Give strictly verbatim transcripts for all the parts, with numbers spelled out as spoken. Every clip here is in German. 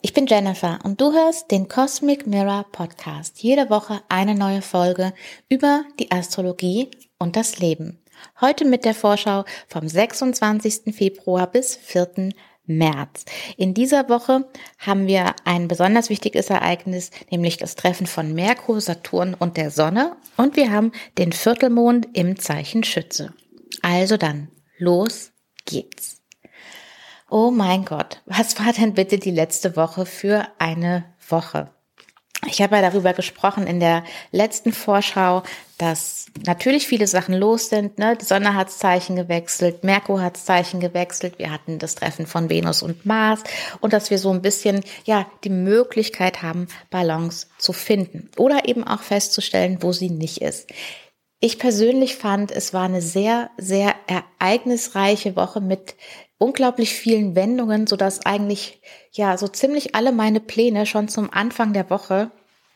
ich bin Jennifer und du hörst den Cosmic Mirror Podcast. Jede Woche eine neue Folge über die Astrologie und das Leben. Heute mit der Vorschau vom sechsundzwanzigsten Februar bis vierten März. In dieser Woche haben wir ein besonders wichtiges Ereignis, nämlich das Treffen von Merkur, Saturn und der Sonne. Und wir haben den Viertelmond im Zeichen Schütze. Also dann, los geht's. Oh mein Gott, was war denn bitte die letzte Woche für eine Woche? Ich habe ja darüber gesprochen in der letzten Vorschau, dass natürlich viele Sachen los sind. Ne? Die Sonne hat das Zeichen gewechselt, Merkur hat das Zeichen gewechselt, wir hatten das Treffen von Venus und Mars und dass wir so ein bisschen ja die Möglichkeit haben, Balance zu finden oder eben auch festzustellen, wo sie nicht ist. Ich persönlich fand, es war eine sehr, sehr ereignisreiche Woche mit unglaublich vielen Wendungen, sodass eigentlich ja so ziemlich alle meine Pläne schon zum Anfang der Woche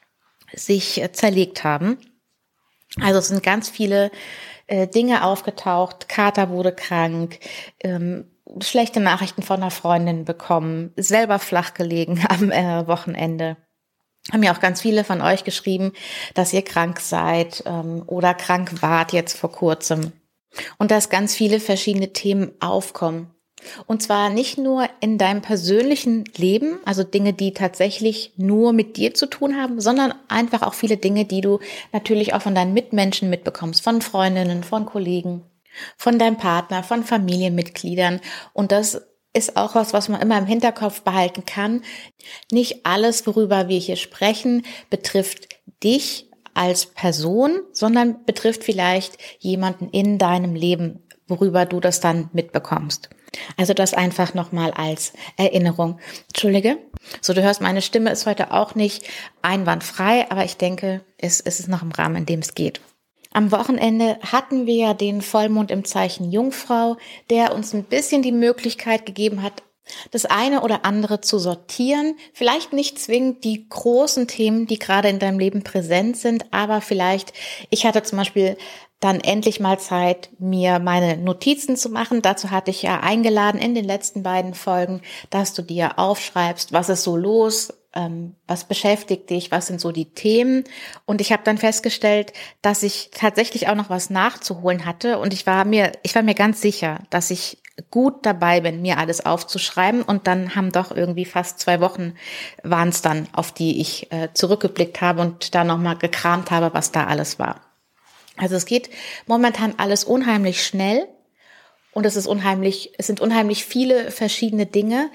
sich äh, zerlegt haben. Also es sind ganz viele äh, Dinge aufgetaucht. Kater wurde krank, ähm, schlechte Nachrichten von einer Freundin bekommen, selber flach gelegen am äh, Wochenende. Haben ja auch ganz viele von euch geschrieben, dass ihr krank seid ähm, oder krank wart jetzt vor kurzem. Und dass ganz viele verschiedene Themen aufkommen. Und zwar nicht nur in deinem persönlichen Leben, also Dinge, die tatsächlich nur mit dir zu tun haben, sondern einfach auch viele Dinge, die du natürlich auch von deinen Mitmenschen mitbekommst, von Freundinnen, von Kollegen, von deinem Partner, von Familienmitgliedern. Und das ist auch was, was man immer im Hinterkopf behalten kann. Nicht alles, worüber wir hier sprechen, betrifft dich als Person, sondern betrifft vielleicht jemanden in deinem Leben, worüber du das dann mitbekommst. Also das einfach nochmal als Erinnerung. Entschuldige. So, du hörst, meine Stimme ist heute auch nicht einwandfrei, aber ich denke, es, es ist noch im Rahmen, in dem es geht. Am Wochenende hatten wir ja den Vollmond im Zeichen Jungfrau, der uns ein bisschen die Möglichkeit gegeben hat, das eine oder andere zu sortieren. Vielleicht nicht zwingend die großen Themen, die gerade in deinem Leben präsent sind, aber vielleicht, ich hatte zum Beispiel dann endlich mal Zeit, mir meine Notizen zu machen. Dazu hatte ich ja eingeladen in den letzten beiden Folgen, dass du dir aufschreibst, was ist so los, ähm, was beschäftigt dich, was sind so die Themen. Und ich habe dann festgestellt, dass ich tatsächlich auch noch was nachzuholen hatte. Und ich war mir, ich war mir ganz sicher, dass ich gut dabei bin, mir alles aufzuschreiben. Und dann haben doch irgendwie fast zwei Wochen waren es dann, auf die ich äh, zurückgeblickt habe und da nochmal gekramt habe, was da alles war. Also es geht momentan alles unheimlich schnell und es ist unheimlich, es sind unheimlich viele verschiedene Dinge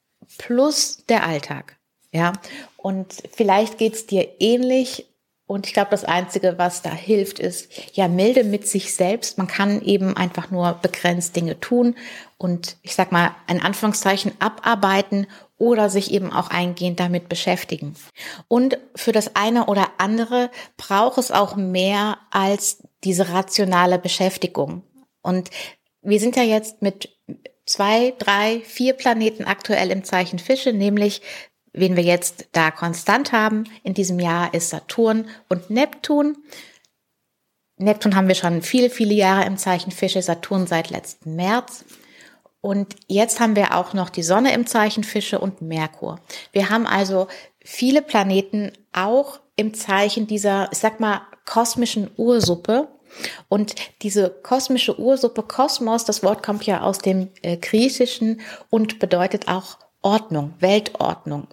plus der Alltag, ja. Und vielleicht geht's dir ähnlich und ich glaube, das Einzige, was da hilft, ist ja milde mit sich selbst. Man kann eben einfach nur begrenzt Dinge tun und ich sag mal in Anführungszeichen abarbeiten oder sich eben auch eingehend damit beschäftigen. Und für das eine oder andere braucht es auch mehr als diese rationale Beschäftigung. Und wir sind ja jetzt mit zwei, drei, vier Planeten aktuell im Zeichen Fische, nämlich wen wir jetzt da konstant haben in diesem Jahr ist Saturn und Neptun. Neptun haben wir schon viele, viele Jahre im Zeichen Fische, Saturn seit letzten März. Und jetzt haben wir auch noch die Sonne im Zeichen Fische und Merkur. Wir haben also viele Planeten auch im Zeichen dieser, ich sag mal, kosmischen Ursuppe. Und diese kosmische Ursuppe, Kosmos, das Wort kommt ja aus dem äh, Griechischen und bedeutet auch Ordnung, Weltordnung.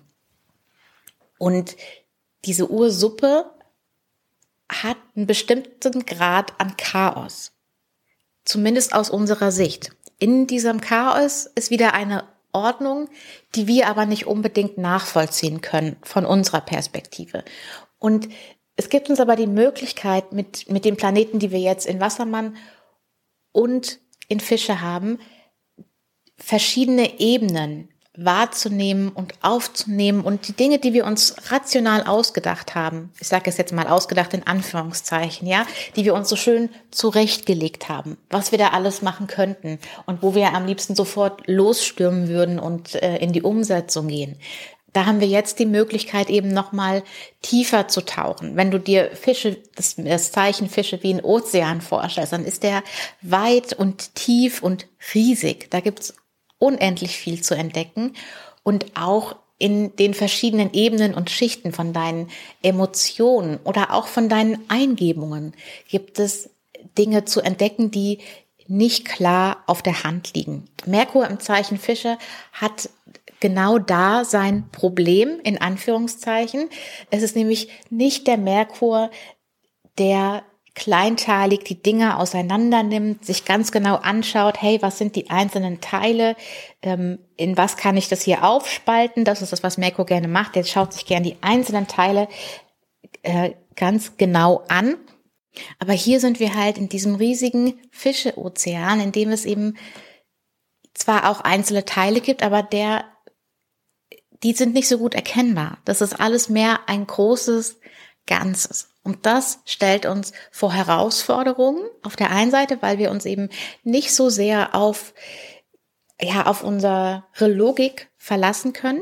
Und diese Ursuppe hat einen bestimmten Grad an Chaos. Zumindest aus unserer Sicht. In diesem Chaos ist wieder eine Ordnung, die wir aber nicht unbedingt nachvollziehen können von unserer Perspektive. Und es gibt uns aber die Möglichkeit, mit, mit den Planeten, die wir jetzt in Wassermann und in Fische haben, verschiedene Ebenen wahrzunehmen und aufzunehmen und die Dinge, die wir uns rational ausgedacht haben, ich sage es jetzt mal ausgedacht in Anführungszeichen, ja, die wir uns so schön zurechtgelegt haben, was wir da alles machen könnten und wo wir am liebsten sofort losstürmen würden und äh, in die Umsetzung gehen. Da haben wir jetzt die Möglichkeit, eben nochmal tiefer zu tauchen. Wenn du dir Fische, das, das Zeichen Fische wie ein Ozean vorstellst, dann ist der weit und tief und riesig. Da gibt's unendlich viel zu entdecken und auch in den verschiedenen Ebenen und Schichten von deinen Emotionen oder auch von deinen Eingebungen gibt es Dinge zu entdecken, die nicht klar auf der Hand liegen. Merkur im Zeichen Fische hat genau da sein Problem, in Anführungszeichen. Es ist nämlich nicht der Merkur, der kleinteilig die Dinge auseinander nimmt, sich ganz genau anschaut, hey, was sind die einzelnen Teile, ähm, in was kann ich das hier aufspalten? Das ist das, was Merkur gerne macht. Der schaut sich gerne die einzelnen Teile äh, ganz genau an. Aber hier sind wir halt in diesem riesigen Fische-Ozean, in dem es eben zwar auch einzelne Teile gibt, aber der, die sind nicht so gut erkennbar. Das ist alles mehr ein großes Ganzes. Und das stellt uns vor Herausforderungen auf der einen Seite, weil wir uns eben nicht so sehr auf, ja, auf unsere Logik verlassen können,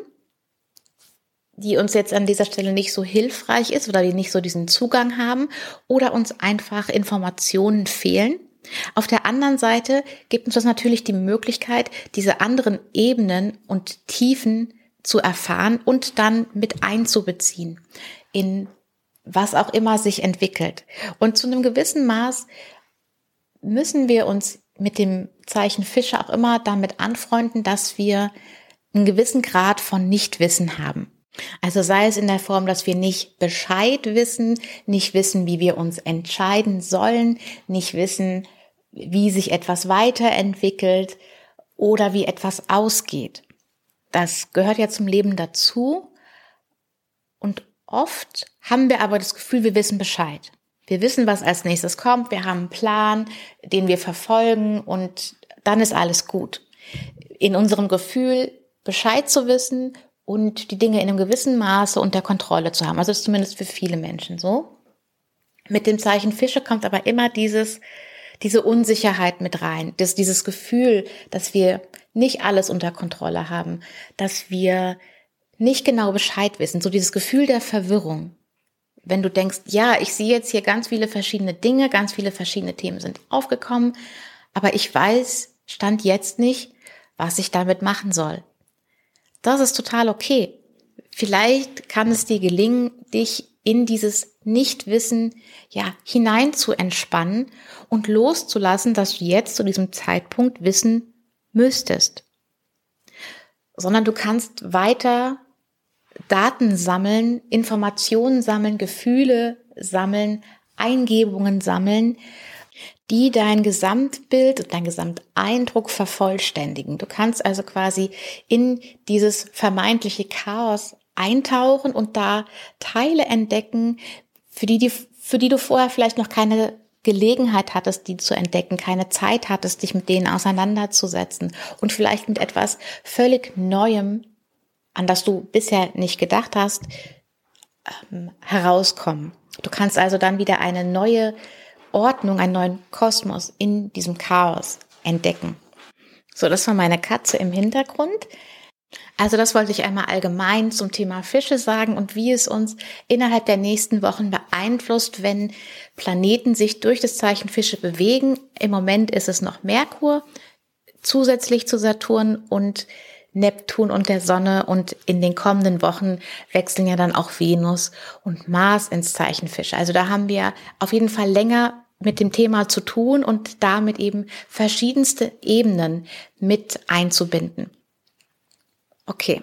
die uns jetzt an dieser Stelle nicht so hilfreich ist oder die nicht so diesen Zugang haben oder uns einfach Informationen fehlen. Auf der anderen Seite gibt uns das natürlich die Möglichkeit, diese anderen Ebenen und Tiefen zu erfahren und dann mit einzubeziehen in was auch immer sich entwickelt. Und zu einem gewissen Maß müssen wir uns mit dem Zeichen Fische auch immer damit anfreunden, dass wir einen gewissen Grad von Nichtwissen haben. Also sei es in der Form, dass wir nicht Bescheid wissen, nicht wissen, wie wir uns entscheiden sollen, nicht wissen, wie sich etwas weiterentwickelt oder wie etwas ausgeht. Das gehört ja zum Leben dazu. Und oft haben wir aber das Gefühl, wir wissen Bescheid. Wir wissen, was als nächstes kommt. Wir haben einen Plan, den wir verfolgen und dann ist alles gut. In unserem Gefühl, Bescheid zu wissen und die Dinge in einem gewissen Maße unter Kontrolle zu haben. Also das ist zumindest für viele Menschen so. Mit dem Zeichen Fische kommt aber immer dieses, diese Unsicherheit mit rein. Das, dieses Gefühl, dass wir nicht alles unter Kontrolle haben, dass wir nicht genau Bescheid wissen. So dieses Gefühl der Verwirrung. Wenn du denkst, ja, ich sehe jetzt hier ganz viele verschiedene Dinge, ganz viele verschiedene Themen sind aufgekommen, aber ich weiß, Stand jetzt nicht, was ich damit machen soll. Das ist total okay. Vielleicht kann es dir gelingen, dich in dieses Nichtwissen ja hinein zu entspannen und loszulassen, dass du jetzt zu diesem Zeitpunkt wissen müsstest. Sondern du kannst weiter Daten sammeln, Informationen sammeln, Gefühle sammeln, Eingebungen sammeln, die dein Gesamtbild und dein Gesamteindruck vervollständigen. Du kannst also quasi in dieses vermeintliche Chaos eintauchen und da Teile entdecken, für die, die, für die du vorher vielleicht noch keine Gelegenheit hattest, die zu entdecken, keine Zeit hattest, dich mit denen auseinanderzusetzen und vielleicht mit etwas völlig Neuem, an das du bisher nicht gedacht hast, ähm, herauskommen. Du kannst also dann wieder eine neue Ordnung, einen neuen Kosmos in diesem Chaos entdecken. So, das war meine Katze im Hintergrund. Also das wollte ich einmal allgemein zum Thema Fische sagen und wie es uns innerhalb der nächsten Wochen beeinflusst, wenn Planeten sich durch das Zeichen Fische bewegen. Im Moment ist es noch Merkur, zusätzlich zu Saturn und Neptun und der Sonne, und in den kommenden Wochen wechseln ja dann auch Venus und Mars ins Zeichen Fische. Also da haben wir auf jeden Fall länger mit dem Thema zu tun und damit eben verschiedenste Ebenen mit einzubinden. Okay.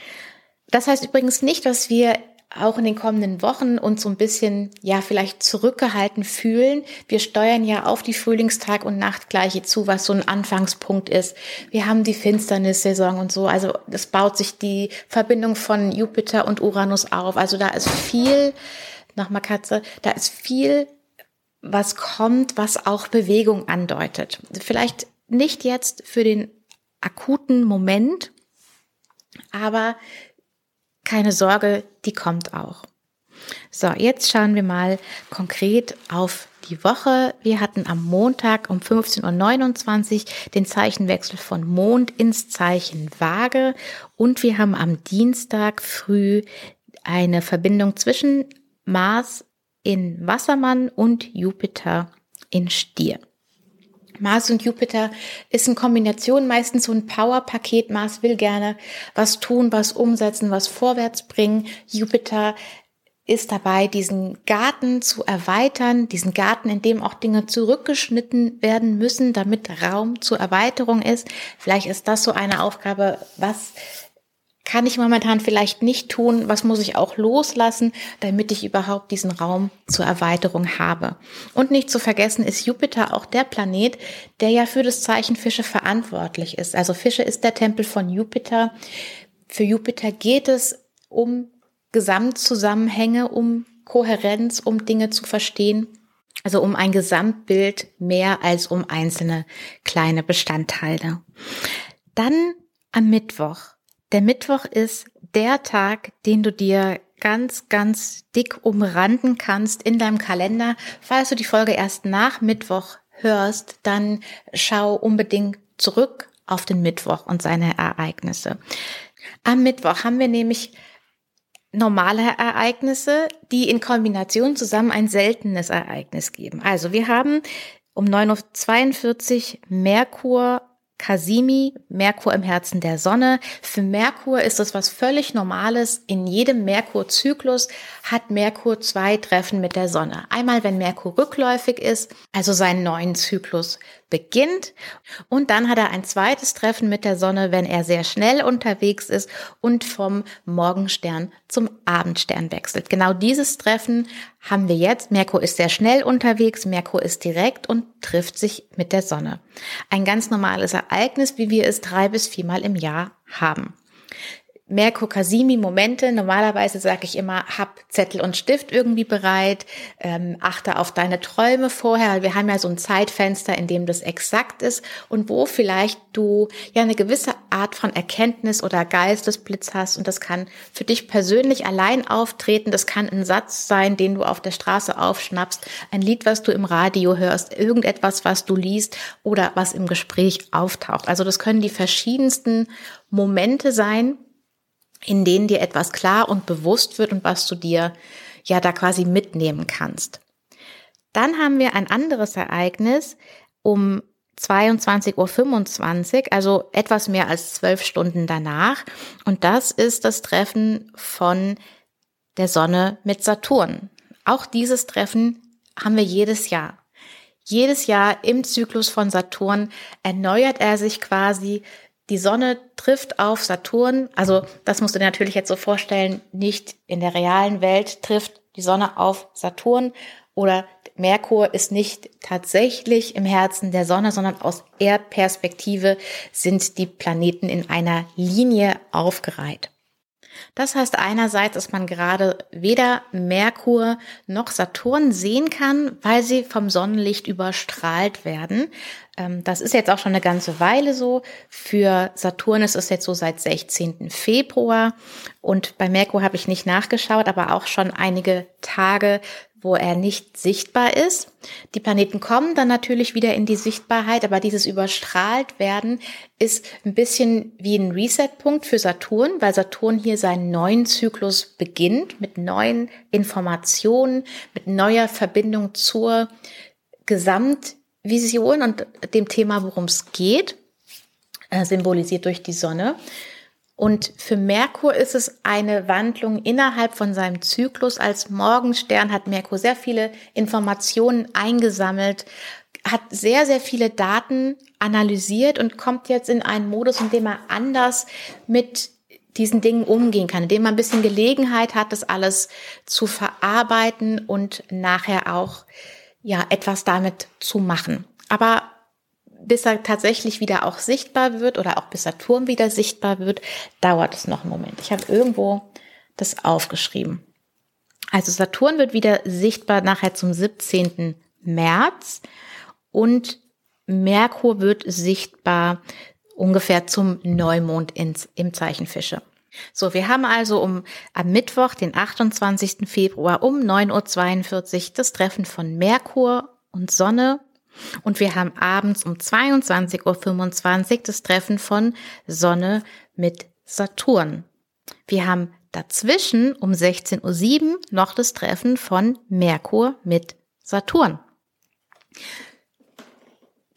Das heißt übrigens nicht, dass wir auch in den kommenden Wochen uns so ein bisschen, ja, vielleicht zurückgehalten fühlen. Wir steuern ja auf die Frühlingstag- und Nachtgleiche zu, was so ein Anfangspunkt ist. Wir haben die Finsternissaison und so. Also es baut sich die Verbindung von Jupiter und Uranus auf. Also da ist viel, nochmal Katze, da ist viel, was kommt, was auch Bewegung andeutet. Vielleicht nicht jetzt für den akuten Moment, aber keine Sorge, die kommt auch. So, jetzt schauen wir mal konkret auf die Woche. Wir hatten am Montag um fünfzehn Uhr neunundzwanzig den Zeichenwechsel von Mond ins Zeichen Waage und wir haben am Dienstag früh eine Verbindung zwischen Mars in Wassermann und Jupiter in Stier. Mars und Jupiter ist in Kombination meistens so ein Power-Paket. Mars will gerne was tun, was umsetzen, was vorwärts bringen. Jupiter ist dabei, diesen Garten zu erweitern, diesen Garten, in dem auch Dinge zurückgeschnitten werden müssen, damit Raum zur Erweiterung ist. Vielleicht ist das so eine Aufgabe, was kann ich momentan vielleicht nicht tun, was muss ich auch loslassen, damit ich überhaupt diesen Raum zur Erweiterung habe. Und nicht zu vergessen ist Jupiter auch der Planet, der ja für das Zeichen Fische verantwortlich ist. Also Fische ist der Tempel von Jupiter. Für Jupiter geht es um Gesamtzusammenhänge, um Kohärenz, um Dinge zu verstehen. Also um ein Gesamtbild mehr als um einzelne kleine Bestandteile. Dann am Mittwoch. Der Mittwoch ist der Tag, den du dir ganz, ganz dick umranden kannst in deinem Kalender. Falls du die Folge erst nach Mittwoch hörst, dann schau unbedingt zurück auf den Mittwoch und seine Ereignisse. Am Mittwoch haben wir nämlich normale Ereignisse, die in Kombination zusammen ein seltenes Ereignis geben. Also wir haben um neun Uhr zweiundvierzig Merkur Kasimi, Merkur im Herzen der Sonne. Für Merkur ist das was völlig Normales. In jedem Merkur-Zyklus hat Merkur zwei Treffen mit der Sonne. Einmal, wenn Merkur rückläufig ist, also seinen neuen Zyklus beginnt. Und dann hat er ein zweites Treffen mit der Sonne, wenn er sehr schnell unterwegs ist und vom Morgenstern zum Abendstern wechselt. Genau dieses Treffen haben wir jetzt. Merkur ist sehr schnell unterwegs, Merkur ist direkt und trifft sich mit der Sonne. Ein ganz normales Ereignis, wie wir es drei bis viermal im Jahr haben. Merkur-Kasimi-Momente, normalerweise sage ich immer, hab Zettel und Stift irgendwie bereit, ähm, achte auf deine Träume vorher. Wir haben ja so ein Zeitfenster, in dem das exakt ist und wo vielleicht du ja eine gewisse Art von Erkenntnis oder Geistesblitz hast und das kann für dich persönlich allein auftreten. Das kann ein Satz sein, den du auf der Straße aufschnappst, ein Lied, was du im Radio hörst, irgendetwas, was du liest oder was im Gespräch auftaucht. Also das können die verschiedensten Momente sein, in denen dir etwas klar und bewusst wird und was du dir ja da quasi mitnehmen kannst. Dann haben wir ein anderes Ereignis um zweiundzwanzig Uhr fünfundzwanzig, also etwas mehr als zwölf Stunden danach. Und das ist das Treffen von der Sonne mit Saturn. Auch dieses Treffen haben wir jedes Jahr. Jedes Jahr im Zyklus von Saturn erneuert er sich quasi. Die Sonne trifft auf Saturn, also das musst du dir natürlich jetzt so vorstellen, nicht in der realen Welt trifft die Sonne auf Saturn oder Merkur ist nicht tatsächlich im Herzen der Sonne, sondern aus Erdperspektive sind die Planeten in einer Linie aufgereiht. Das heißt einerseits, dass man gerade weder Merkur noch Saturn sehen kann, weil sie vom Sonnenlicht überstrahlt werden. Das ist jetzt auch schon eine ganze Weile so. Für Saturn ist es jetzt so seit sechzehnten Februar und bei Merkur habe ich nicht nachgeschaut, aber auch schon einige Tage, wo er nicht sichtbar ist. Die Planeten kommen dann natürlich wieder in die Sichtbarkeit, aber dieses überstrahlt werden ist ein bisschen wie ein Reset-Punkt für Saturn, weil Saturn hier seinen neuen Zyklus beginnt mit neuen Informationen, mit neuer Verbindung zur Gesamtvision und dem Thema, worum es geht, äh, symbolisiert durch die Sonne. Und für Merkur ist es eine Wandlung innerhalb von seinem Zyklus. Als Morgenstern hat Merkur sehr viele Informationen eingesammelt, hat sehr, sehr viele Daten analysiert und kommt jetzt in einen Modus, in dem er anders mit diesen Dingen umgehen kann, in dem er ein bisschen Gelegenheit hat, das alles zu verarbeiten und nachher auch ja etwas damit zu machen. Aber bis er tatsächlich wieder auch sichtbar wird oder auch bis Saturn wieder sichtbar wird, dauert es noch einen Moment. Ich habe irgendwo das aufgeschrieben. Also Saturn wird wieder sichtbar nachher zum siebzehnten März und Merkur wird sichtbar ungefähr zum Neumond ins, im Zeichen Fische. So, wir haben also um am Mittwoch, den achtundzwanzigsten Februar um neun Uhr zweiundvierzig das Treffen von Merkur und Sonne. Und wir haben abends um zweiundzwanzig Uhr fünfundzwanzig das Treffen von Sonne mit Saturn. Wir haben dazwischen um sechzehn Uhr sieben noch das Treffen von Merkur mit Saturn.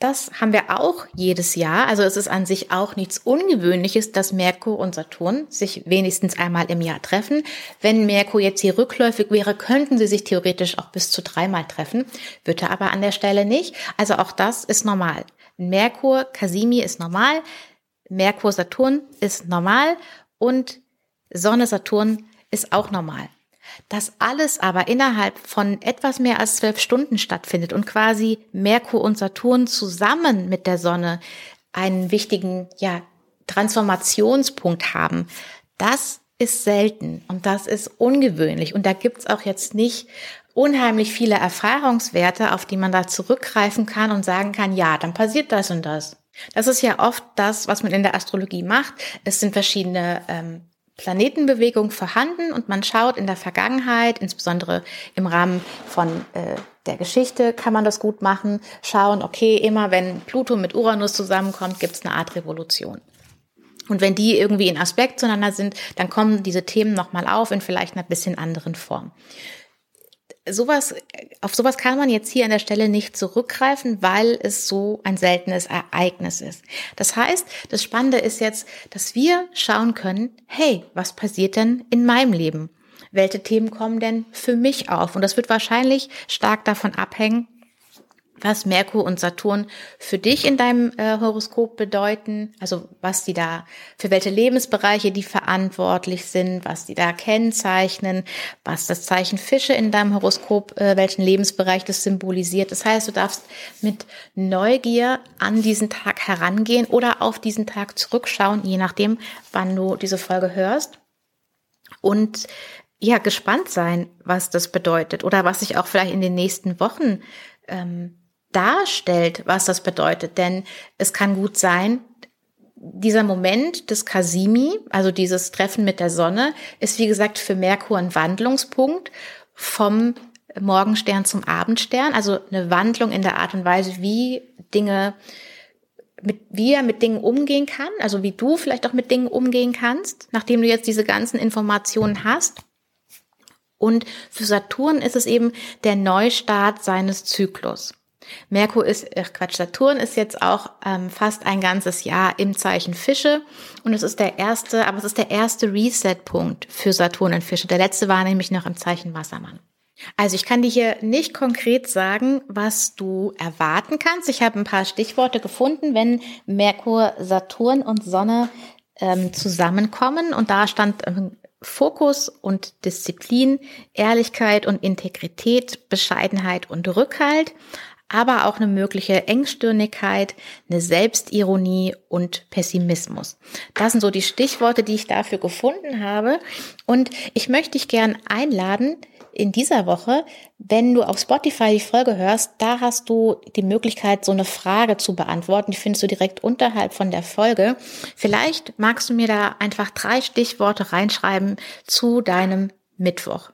das haben wir auch jedes Jahr. Also es ist an sich auch nichts Ungewöhnliches, dass Merkur und Saturn sich wenigstens einmal im Jahr treffen. Wenn Merkur jetzt hier rückläufig wäre, könnten sie sich theoretisch auch bis zu dreimal treffen, wird er aber an der Stelle nicht. Also auch das ist normal. Merkur, Kasimi ist normal, Merkur, Saturn ist normal und Sonne, Saturn ist auch normal. Das alles aber innerhalb von etwas mehr als zwölf Stunden stattfindet und quasi Merkur und Saturn zusammen mit der Sonne einen wichtigen, ja, Transformationspunkt haben, das ist selten und das ist ungewöhnlich. Und da gibt's auch jetzt nicht unheimlich viele Erfahrungswerte, auf die man da zurückgreifen kann und sagen kann, ja, dann passiert das und das. Das ist ja oft das, was man in der Astrologie macht. Es sind verschiedene ähm, Planetenbewegung vorhanden und man schaut in der Vergangenheit, insbesondere im Rahmen von äh, der Geschichte kann man das gut machen, schauen, okay, immer wenn Pluto mit Uranus zusammenkommt, gibt es eine Art Revolution. Und wenn die irgendwie in Aspekt zueinander sind, dann kommen diese Themen nochmal auf in vielleicht einer bisschen anderen Form. Sowas, auf sowas kann man jetzt hier an der Stelle nicht zurückgreifen, weil es so ein seltenes Ereignis ist. Das heißt, das Spannende ist jetzt, dass wir schauen können, hey, was passiert denn in meinem Leben? Welche Themen kommen denn für mich auf? Und das wird wahrscheinlich stark davon abhängen, was Merkur und Saturn für dich in deinem äh, Horoskop bedeuten, also was die da, für welche Lebensbereiche die verantwortlich sind, was die da kennzeichnen, was das Zeichen Fische in deinem Horoskop, äh, welchen Lebensbereich das symbolisiert. Das heißt, du darfst mit Neugier an diesen Tag herangehen oder auf diesen Tag zurückschauen, je nachdem, wann du diese Folge hörst. Und ja, gespannt sein, was das bedeutet oder was sich auch vielleicht in den nächsten Wochen ähm, darstellt, was das bedeutet. Denn es kann gut sein, dieser Moment des Kasimi, also dieses Treffen mit der Sonne, ist wie gesagt für Merkur ein Wandlungspunkt vom Morgenstern zum Abendstern, also eine Wandlung in der Art und Weise, wie Dinge, mit, wie er mit Dingen umgehen kann, also wie du vielleicht auch mit Dingen umgehen kannst, nachdem du jetzt diese ganzen Informationen hast. Und für Saturn ist es eben der Neustart seines Zyklus. Merkur ist, ach Quatsch, Saturn ist jetzt auch ähm, fast ein ganzes Jahr im Zeichen Fische und es ist der erste, aber es ist der erste Reset-Punkt für Saturn und Fische. Der letzte war nämlich noch im Zeichen Wassermann. Also ich kann dir hier nicht konkret sagen, was du erwarten kannst. Ich habe ein paar Stichworte gefunden, wenn Merkur, Saturn und Sonne ähm, zusammenkommen und da stand ähm, Fokus und Disziplin, Ehrlichkeit und Integrität, Bescheidenheit und Rückhalt, aber auch eine mögliche Engstirnigkeit, eine Selbstironie und Pessimismus. Das sind so die Stichworte, die ich dafür gefunden habe. Und ich möchte dich gern einladen, in dieser Woche, wenn du auf Spotify die Folge hörst, da hast du die Möglichkeit, so eine Frage zu beantworten. Die findest du direkt unterhalb von der Folge. Vielleicht magst du mir da einfach drei Stichworte reinschreiben zu deinem Mittwoch.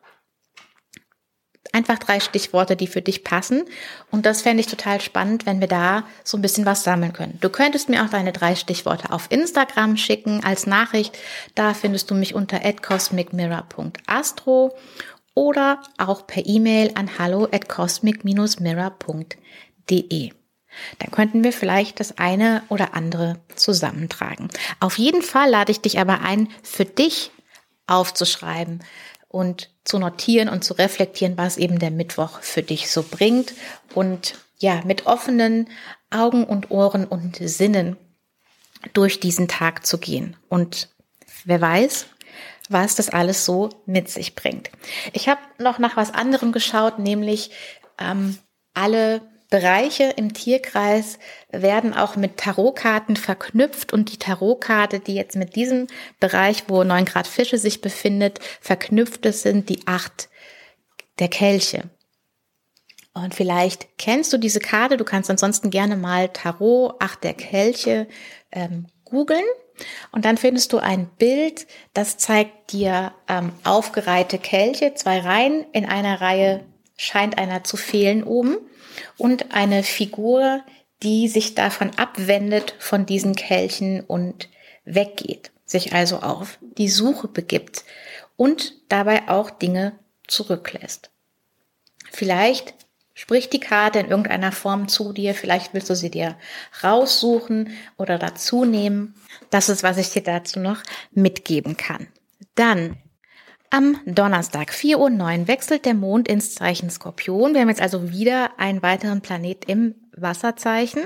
Einfach drei Stichworte, die für dich passen. Und das fände ich total spannend, wenn wir da so ein bisschen was sammeln können. Du könntest mir auch deine drei Stichworte auf Instagram schicken als Nachricht. Da findest du mich unter at cosmic mirror punkt astro oder auch per E-Mail an hallo at cosmic mirror punkt de. Dann könnten wir vielleicht das eine oder andere zusammentragen. Auf jeden Fall lade ich dich aber ein, für dich aufzuschreiben und zu notieren und zu reflektieren, was eben der Mittwoch für dich so bringt und ja, mit offenen Augen und Ohren und Sinnen durch diesen Tag zu gehen. Und wer weiß, was das alles so mit sich bringt. Ich habe noch nach was anderem geschaut, nämlich ähm, alle Bereiche im Tierkreis werden auch mit Tarotkarten verknüpft und die Tarotkarte, die jetzt mit diesem Bereich, wo neun Grad Fische sich befindet, verknüpft ist, sind die acht der Kelche. Und vielleicht kennst du diese Karte, du kannst ansonsten gerne mal Tarot, acht der Kelche ähm, googeln. Und dann findest du ein Bild, das zeigt dir ähm, aufgereihte Kelche, zwei Reihen, in einer Reihe scheint einer zu fehlen oben und eine Figur, die sich davon abwendet von diesen Kelchen und weggeht, sich also auf die Suche begibt und dabei auch Dinge zurücklässt. Vielleicht spricht die Karte in irgendeiner Form zu dir. Vielleicht willst du sie dir raussuchen oder dazu nehmen. Das ist, was ich dir dazu noch mitgeben kann. Dann am Donnerstag, vier Uhr neun, wechselt der Mond ins Zeichen Skorpion. Wir haben jetzt also wieder einen weiteren Planet im Wasserzeichen.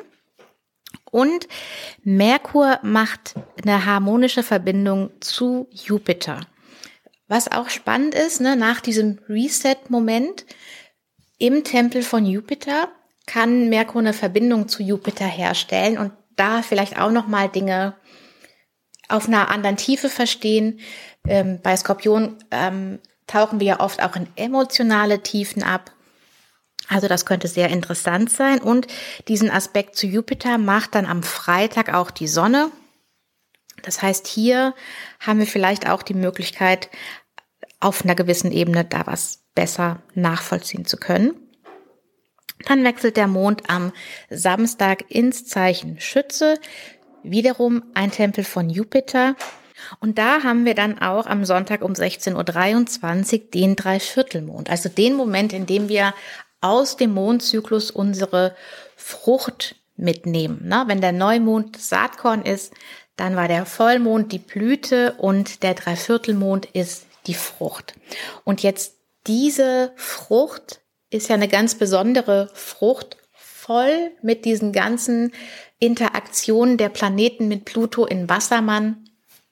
Und Merkur macht eine harmonische Verbindung zu Jupiter. Was auch spannend ist, ne, nach diesem Reset-Moment im Tempel von Jupiter kann Merkur eine Verbindung zu Jupiter herstellen und da vielleicht auch nochmal Dinge auf einer anderen Tiefe verstehen. Ähm, bei Skorpion ähm, tauchen wir ja oft auch in emotionale Tiefen ab. Also das könnte sehr interessant sein. Und diesen Aspekt zu Jupiter macht dann am Freitag auch die Sonne. Das heißt, hier haben wir vielleicht auch die Möglichkeit, auf einer gewissen Ebene da was besser nachvollziehen zu können. Dann wechselt der Mond am Samstag ins Zeichen Schütze. Wiederum ein Tempel von Jupiter. Und da haben wir dann auch am Sonntag um sechzehn Uhr dreiundzwanzig den Dreiviertelmond. Also den Moment, in dem wir aus dem Mondzyklus unsere Frucht mitnehmen. Na, wenn der Neumond Saatkorn ist, dann war der Vollmond die Blüte und der Dreiviertelmond ist die Frucht. Und jetzt diese Frucht ist ja eine ganz besondere Frucht, voll mit diesen ganzen Interaktionen der Planeten mit Pluto in Wassermann.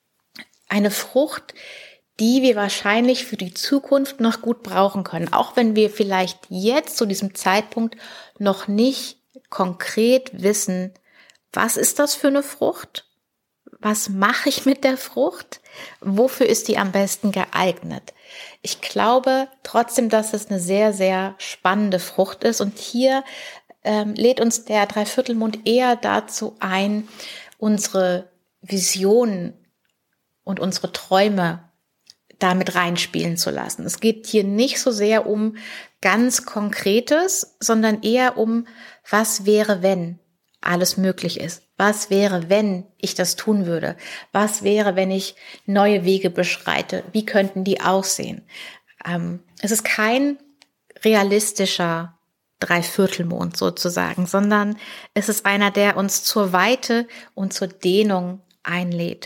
Eine Frucht, die wir wahrscheinlich für die Zukunft noch gut brauchen können. Auch wenn wir vielleicht jetzt zu diesem Zeitpunkt noch nicht konkret wissen, was ist das für eine Frucht? Was mache ich mit der Frucht? Wofür ist die am besten geeignet? Ich glaube trotzdem, dass es eine sehr, sehr spannende Frucht ist. Und hier ähm, lädt uns der Dreiviertelmond eher dazu ein, unsere Visionen und unsere Träume damit reinspielen zu lassen. Es geht hier nicht so sehr um ganz Konkretes, sondern eher um, was wäre, wenn alles möglich ist. Was wäre, wenn ich das tun würde? Was wäre, wenn ich neue Wege beschreite? Wie könnten die aussehen? Ähm, es ist kein realistischer Dreiviertelmond sozusagen, sondern es ist einer, der uns zur Weite und zur Dehnung einlädt.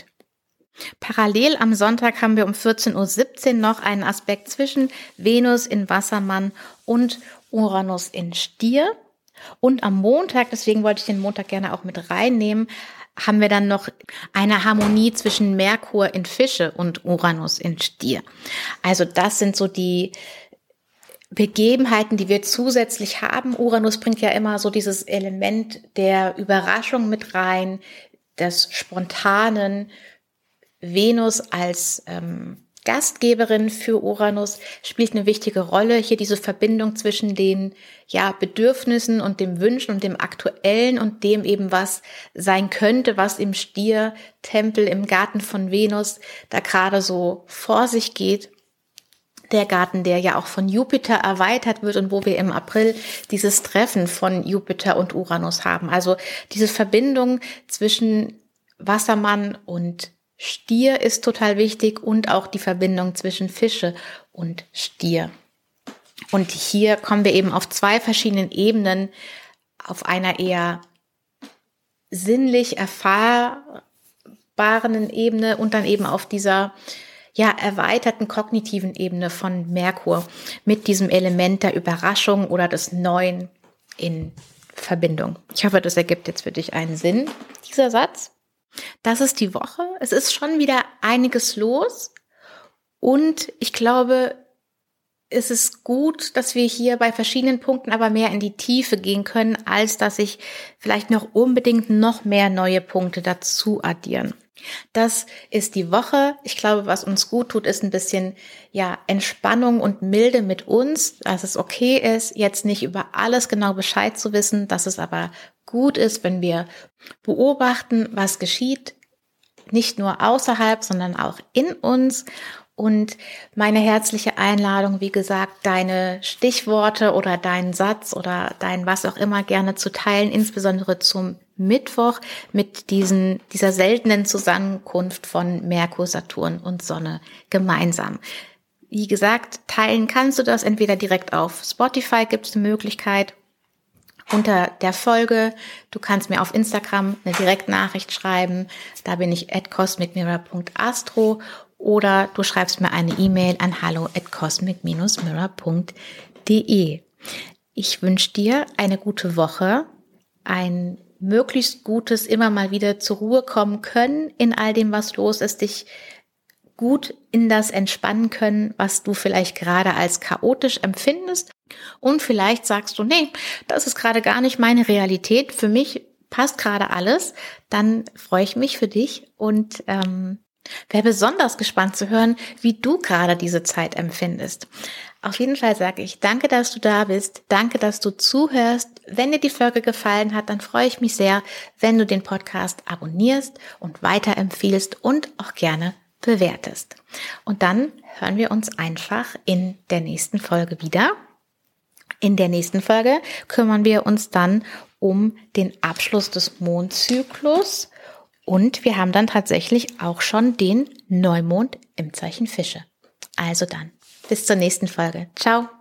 Parallel am Sonntag haben wir um vierzehn Uhr siebzehn noch einen Aspekt zwischen Venus in Wassermann und Uranus in Stier. Und am Montag, deswegen wollte ich den Montag gerne auch mit reinnehmen, haben wir dann noch eine Harmonie zwischen Merkur in Fische und Uranus in Stier. Also das sind so die Begebenheiten, die wir zusätzlich haben. Uranus bringt ja immer so dieses Element der Überraschung mit rein, des Spontanen. Venus als ähm, Gastgeberin für Uranus spielt eine wichtige Rolle. Hier diese Verbindung zwischen den ja, Bedürfnissen und dem Wünschen und dem Aktuellen und dem eben, was sein könnte, was im Stiertempel im Garten von Venus da gerade so vor sich geht. Der Garten, der ja auch von Jupiter erweitert wird und wo wir im April dieses Treffen von Jupiter und Uranus haben. Also diese Verbindung zwischen Wassermann und Stier ist total wichtig und auch die Verbindung zwischen Fische und Stier. Und hier kommen wir eben auf zwei verschiedenen Ebenen, auf einer eher sinnlich erfahrbaren Ebene und dann eben auf dieser ja erweiterten kognitiven Ebene von Merkur mit diesem Element der Überraschung oder des Neuen in Verbindung. Ich hoffe, das ergibt jetzt für dich einen Sinn, dieser Satz. Das ist die Woche. Es ist schon wieder einiges los und ich glaube, es ist gut, dass wir hier bei verschiedenen Punkten aber mehr in die Tiefe gehen können, als dass ich vielleicht noch unbedingt noch mehr neue Punkte dazu addieren. Das ist die Woche. Ich glaube, was uns gut tut, ist ein bisschen ja Entspannung und Milde mit uns, dass es okay ist, jetzt nicht über alles genau Bescheid zu wissen, dass es aber gut ist, wenn wir beobachten, was geschieht, nicht nur außerhalb, sondern auch in uns. Und meine herzliche Einladung, wie gesagt, deine Stichworte oder deinen Satz oder dein was auch immer gerne zu teilen, insbesondere zum Mittwoch mit diesen, dieser seltenen Zusammenkunft von Merkur, Saturn und Sonne gemeinsam. Wie gesagt, teilen kannst du das entweder direkt auf Spotify, gibt es eine Möglichkeit, unter der Folge. Du kannst mir auf Instagram eine Direktnachricht schreiben. Da bin ich at cosmic mirror punkt astro oder du schreibst mir eine E-Mail an hallo at cosmic dash mirror punkt de. Ich wünsche dir eine gute Woche, ein möglichst gutes, immer mal wieder zur Ruhe kommen können in all dem, was los ist, dich gut in das entspannen können, was du vielleicht gerade als chaotisch empfindest. Und vielleicht sagst du, nee, das ist gerade gar nicht meine Realität. Für mich passt gerade alles. Dann freue ich mich für dich und ähm, wäre besonders gespannt zu hören, wie du gerade diese Zeit empfindest. Auf jeden Fall sage ich danke, dass du da bist. Danke, dass du zuhörst. Wenn dir die Folge gefallen hat, dann freue ich mich sehr, wenn du den Podcast abonnierst und weiterempfiehlst und auch gerne bewertest. Und dann hören wir uns einfach in der nächsten Folge wieder. In der nächsten Folge kümmern wir uns dann um den Abschluss des Mondzyklus und wir haben dann tatsächlich auch schon den Neumond im Zeichen Fische. Also dann, bis zur nächsten Folge. Ciao!